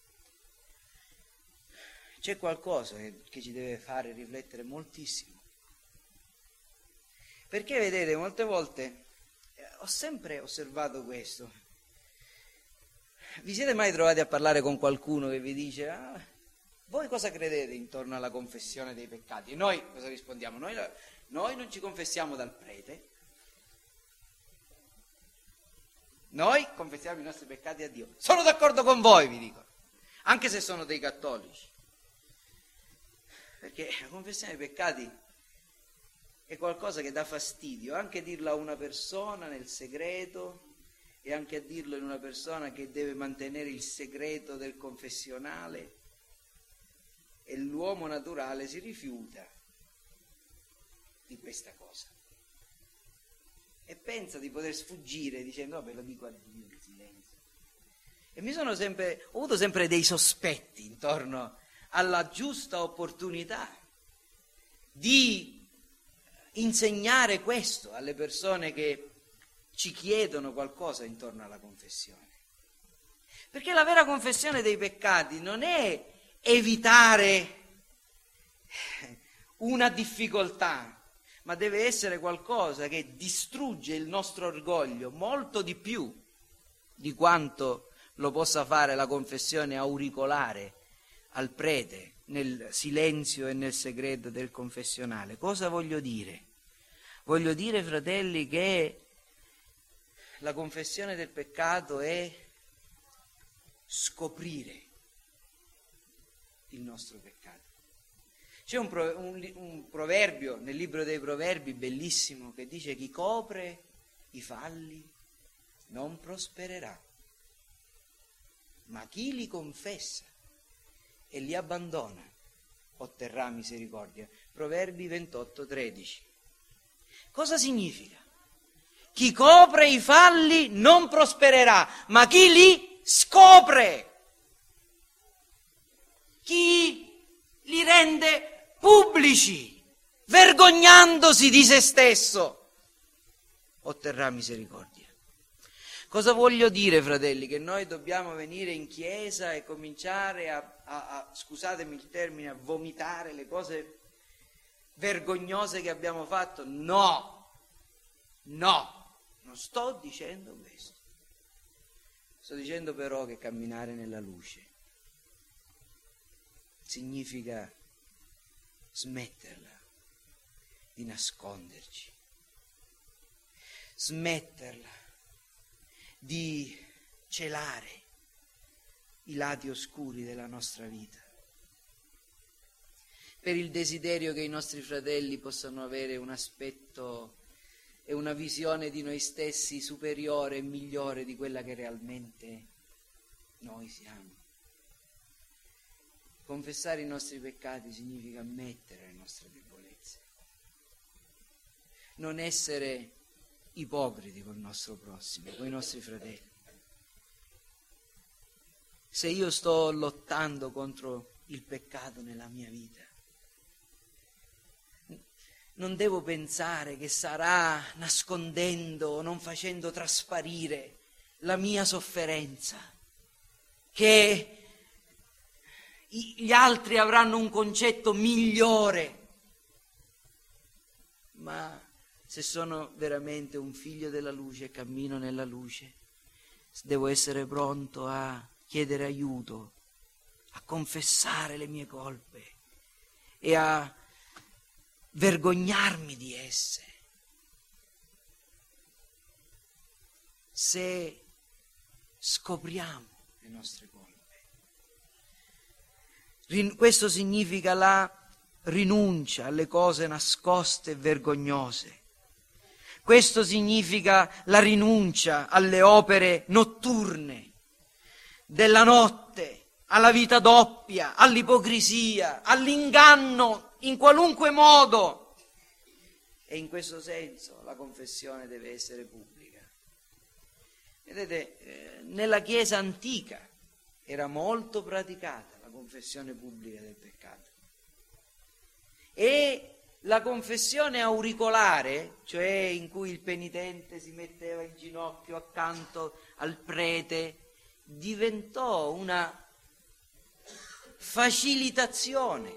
c'è qualcosa che, che ci deve fare riflettere moltissimo, perché vedete, molte volte eh, ho sempre osservato questo. Vi siete mai trovati a parlare con qualcuno che vi dice: ah, voi cosa credete intorno alla confessione dei peccati? E noi cosa rispondiamo? Noi, noi non ci confessiamo dal prete, noi confessiamo i nostri peccati a Dio. Sono d'accordo con voi, vi dico, anche se sono dei cattolici, perché la confessione dei peccati è qualcosa che dà fastidio, anche dirlo a una persona nel segreto e anche a dirlo in una persona che deve mantenere il segreto del confessionale. E l'uomo naturale si rifiuta di questa cosa e pensa di poter sfuggire dicendo: vabbè, lo dico a Dio in silenzio. E mi sono sempre, ho avuto sempre dei sospetti intorno alla giusta opportunità di insegnare questo alle persone che ci chiedono qualcosa intorno alla confessione. Perché la vera confessione dei peccati non è evitare una difficoltà, ma deve essere qualcosa che distrugge il nostro orgoglio molto di più di quanto lo possa fare la confessione auricolare al prete nel silenzio e nel segreto del confessionale. Cosa voglio dire? Voglio dire, fratelli, che la confessione del peccato è scoprire il nostro peccato. C'è un, pro, un, un proverbio nel libro dei Proverbi bellissimo che dice: chi copre i falli non prospererà, ma chi li confessa e li abbandona otterrà misericordia. Proverbi ventotto tredici. Cosa significa? Chi copre i falli non prospererà, ma chi li scopre, chi li rende pubblici, vergognandosi di se stesso, otterrà misericordia. Cosa voglio dire, fratelli? Che noi dobbiamo venire in chiesa e cominciare a, a, a scusatemi il termine, a vomitare le cose vergognose che abbiamo fatto? No, no, non sto dicendo questo. Sto dicendo però che camminare nella luce significa smetterla di nasconderci, smetterla di celare i lati oscuri della nostra vita, per il desiderio che i nostri fratelli possano avere un aspetto e una visione di noi stessi superiore e migliore di quella che realmente noi siamo. Confessare i nostri peccati significa ammettere le nostre debolezze, non essere ipocriti col nostro prossimo, con i nostri fratelli. Se io sto lottando contro il peccato nella mia vita, non devo pensare che sarà nascondendo o non facendo trasparire la mia sofferenza, che gli altri avranno un concetto migliore. Ma se sono veramente un figlio della luce e cammino nella luce, devo essere pronto a chiedere aiuto, a confessare le mie colpe e a vergognarmi di esse. Se scopriamo le nostre colpe, Rin- questo significa la rinuncia alle cose nascoste e vergognose. Questo significa la rinuncia alle opere notturne, della notte, alla vita doppia, all'ipocrisia, all'inganno in qualunque modo. E in questo senso la confessione deve essere pubblica. Vedete, eh, nella Chiesa antica era molto praticata la confessione pubblica del peccato. E la confessione auricolare, cioè in cui il penitente si metteva in ginocchio accanto al prete, diventò una facilitazione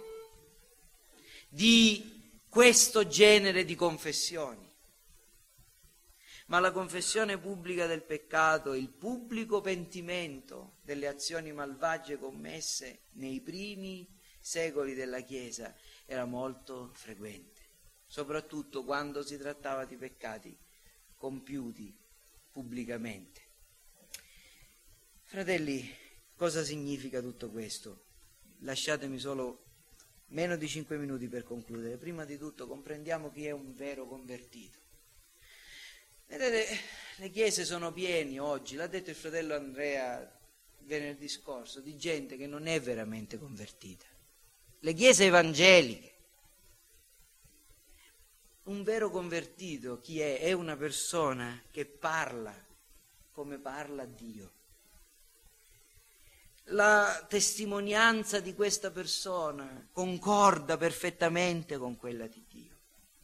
di questo genere di confessioni. Ma la confessione pubblica del peccato, il pubblico pentimento delle azioni malvagie commesse nei primi secoli della Chiesa era molto frequente, soprattutto quando si trattava di peccati compiuti pubblicamente. Fratelli, cosa significa tutto questo? Lasciatemi solo meno di cinque minuti per concludere. Prima di tutto comprendiamo chi è un vero convertito. Vedete, le chiese sono piene oggi, l'ha detto il fratello Andrea venerdì scorso, di gente che non è veramente convertita. Le chiese evangeliche. Un vero convertito chi è? È una persona che parla come parla Dio. La testimonianza di questa persona concorda perfettamente con quella di Dio.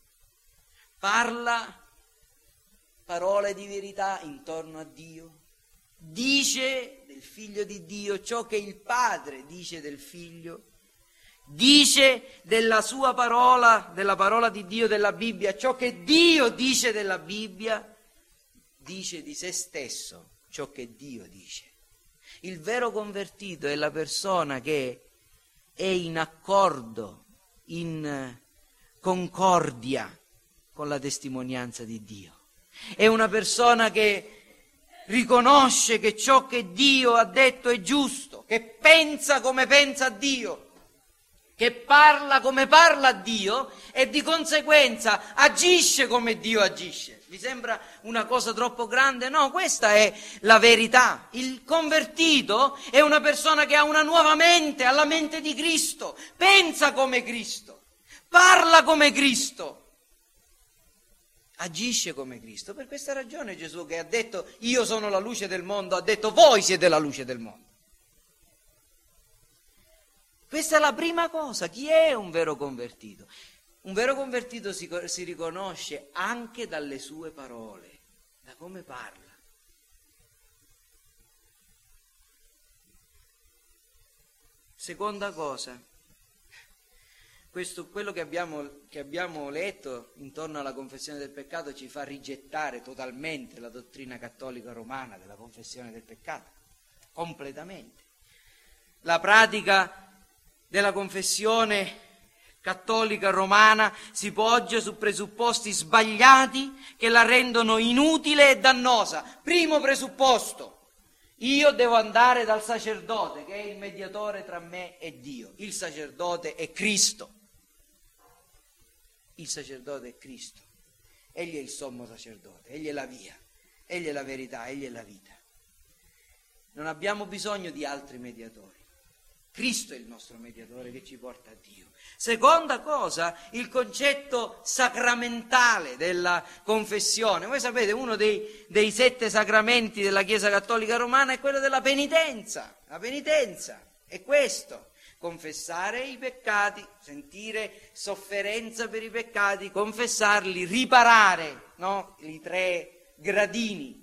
Parla parole di verità intorno a Dio, dice del Figlio di Dio ciò che il Padre dice del Figlio, dice della sua parola, della parola di Dio, della Bibbia, ciò che Dio dice della Bibbia, dice di se stesso ciò che Dio dice. Il vero convertito è la persona che è in accordo, in concordia con la testimonianza di Dio. È una persona che riconosce che ciò che Dio ha detto è giusto, che pensa come pensa Dio, che parla come parla Dio e di conseguenza agisce come Dio agisce. Vi sembra una cosa troppo grande? No, questa è la verità. Il convertito è una persona che ha una nuova mente, ha la mente di Cristo, pensa come Cristo, parla come Cristo, agisce come Cristo. Per questa ragione Gesù, che ha detto io sono la luce del mondo, ha detto voi siete la luce del mondo. Questa è la prima cosa. Chi è un vero convertito? Un vero convertito si, si riconosce anche dalle sue parole, da come parla. Seconda cosa, questo, quello che abbiamo, che abbiamo letto intorno alla confessione del peccato ci fa rigettare totalmente la dottrina cattolica romana della confessione del peccato, completamente. La pratica della confessione cattolica romana si poggia su presupposti sbagliati che la rendono inutile e dannosa. Primo presupposto: io devo andare dal sacerdote, che è il mediatore tra me e Dio. Il sacerdote è Cristo. Il sacerdote è Cristo. Egli è il sommo sacerdote, egli è la via, egli è la verità, egli è la vita. Non abbiamo bisogno di altri mediatori. Cristo è il nostro mediatore che ci porta a Dio. Seconda cosa, il concetto sacramentale della confessione. Voi sapete, uno dei, dei sette sacramenti della Chiesa Cattolica Romana è quello della penitenza. La penitenza è questo: confessare i peccati, sentire sofferenza per i peccati, confessarli, riparare, no? I tre gradini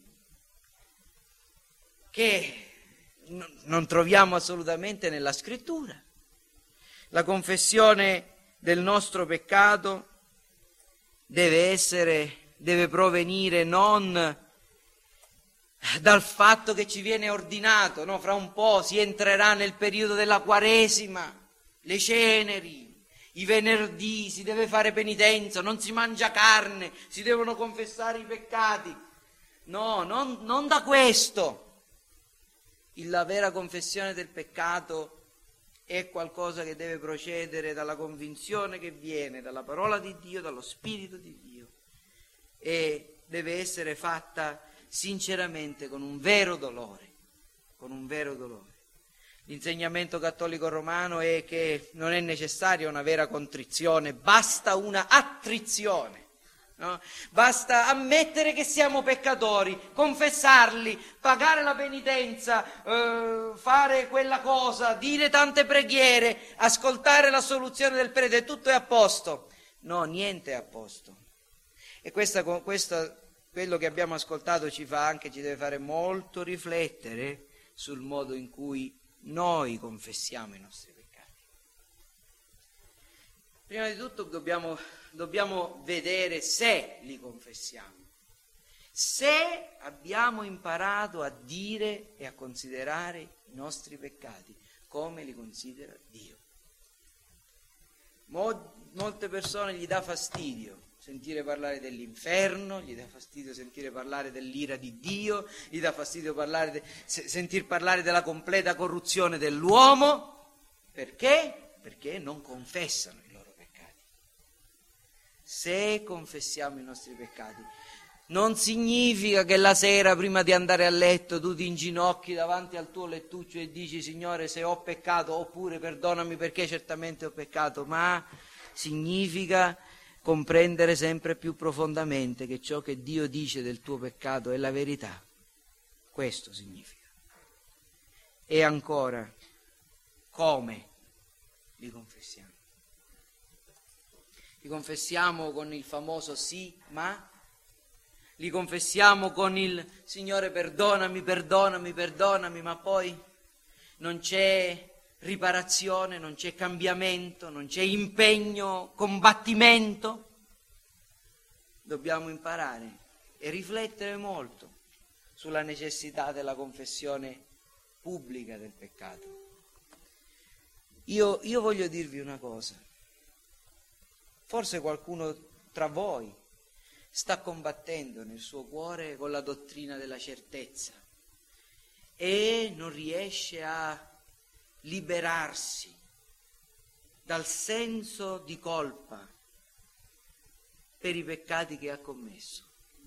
che non troviamo assolutamente nella Scrittura. La confessione del nostro peccato deve essere, deve provenire non dal fatto che ci viene ordinato, no? Fra un po' si entrerà nel periodo della Quaresima, le ceneri, i venerdì, si deve fare penitenza, non si mangia carne, si devono confessare i peccati. No, non, non da questo. La vera confessione del peccato è qualcosa che deve procedere dalla convinzione che viene dalla parola di Dio, dallo Spirito di Dio, e deve essere fatta sinceramente con un vero dolore, con un vero dolore. L'insegnamento cattolico romano è che non è necessaria una vera contrizione, basta una attrizione. No? Basta ammettere che siamo peccatori, confessarli, pagare la penitenza, eh, fare quella cosa, dire tante preghiere, ascoltare la soluzione del prete, tutto è a posto. No, niente è a posto. E questa, questa, quello che abbiamo ascoltato ci fa anche, ci deve fare molto riflettere sul modo in cui noi confessiamo i nostri peccati. Prima di tutto dobbiamo, dobbiamo vedere se li confessiamo, se abbiamo imparato a dire e a considerare i nostri peccati come li considera Dio. Mo, molte persone gli dà fastidio sentire parlare dell'inferno, gli dà fastidio sentire parlare dell'ira di Dio, gli dà fastidio parlare de, se, sentir parlare della completa corruzione dell'uomo. Perché? Perché non confessano i loro peccati. Se confessiamo i nostri peccati, non significa che la sera prima di andare a letto tu ti inginocchi davanti al tuo lettuccio e dici: Signore, se ho peccato, oppure perdonami perché certamente ho peccato, ma significa comprendere sempre più profondamente che ciò che Dio dice del tuo peccato è la verità. Questo significa. E ancora, come li confessiamo? Li confessiamo con il famoso sì, ma? Li confessiamo con il Signore perdonami, perdonami, perdonami, ma poi non c'è riparazione, non c'è cambiamento, non c'è impegno, combattimento. Dobbiamo imparare e riflettere molto sulla necessità della confessione pubblica del peccato. Io, io voglio dirvi una cosa. Forse qualcuno tra voi sta combattendo nel suo cuore con la dottrina della certezza e non riesce a liberarsi dal senso di colpa per i peccati che ha commesso.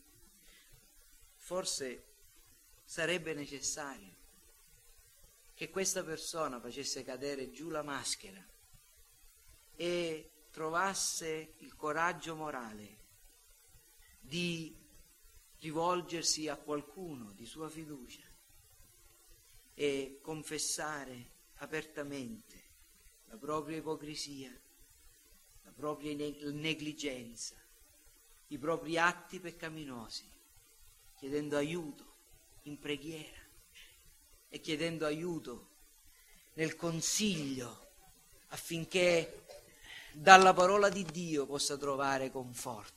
Forse sarebbe necessario che questa persona facesse cadere giù la maschera e trovasse il coraggio morale di rivolgersi a qualcuno di sua fiducia e confessare apertamente la propria ipocrisia, la propria negligenza, i propri atti peccaminosi, chiedendo aiuto in preghiera e chiedendo aiuto nel consiglio affinché dalla parola di Dio possa trovare conforto.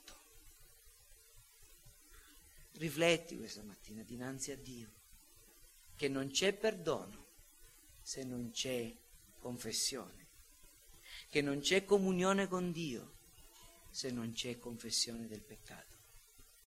Rifletti questa mattina dinanzi a Dio che non c'è perdono se non c'è confessione, che non c'è comunione con Dio se non c'è confessione del peccato.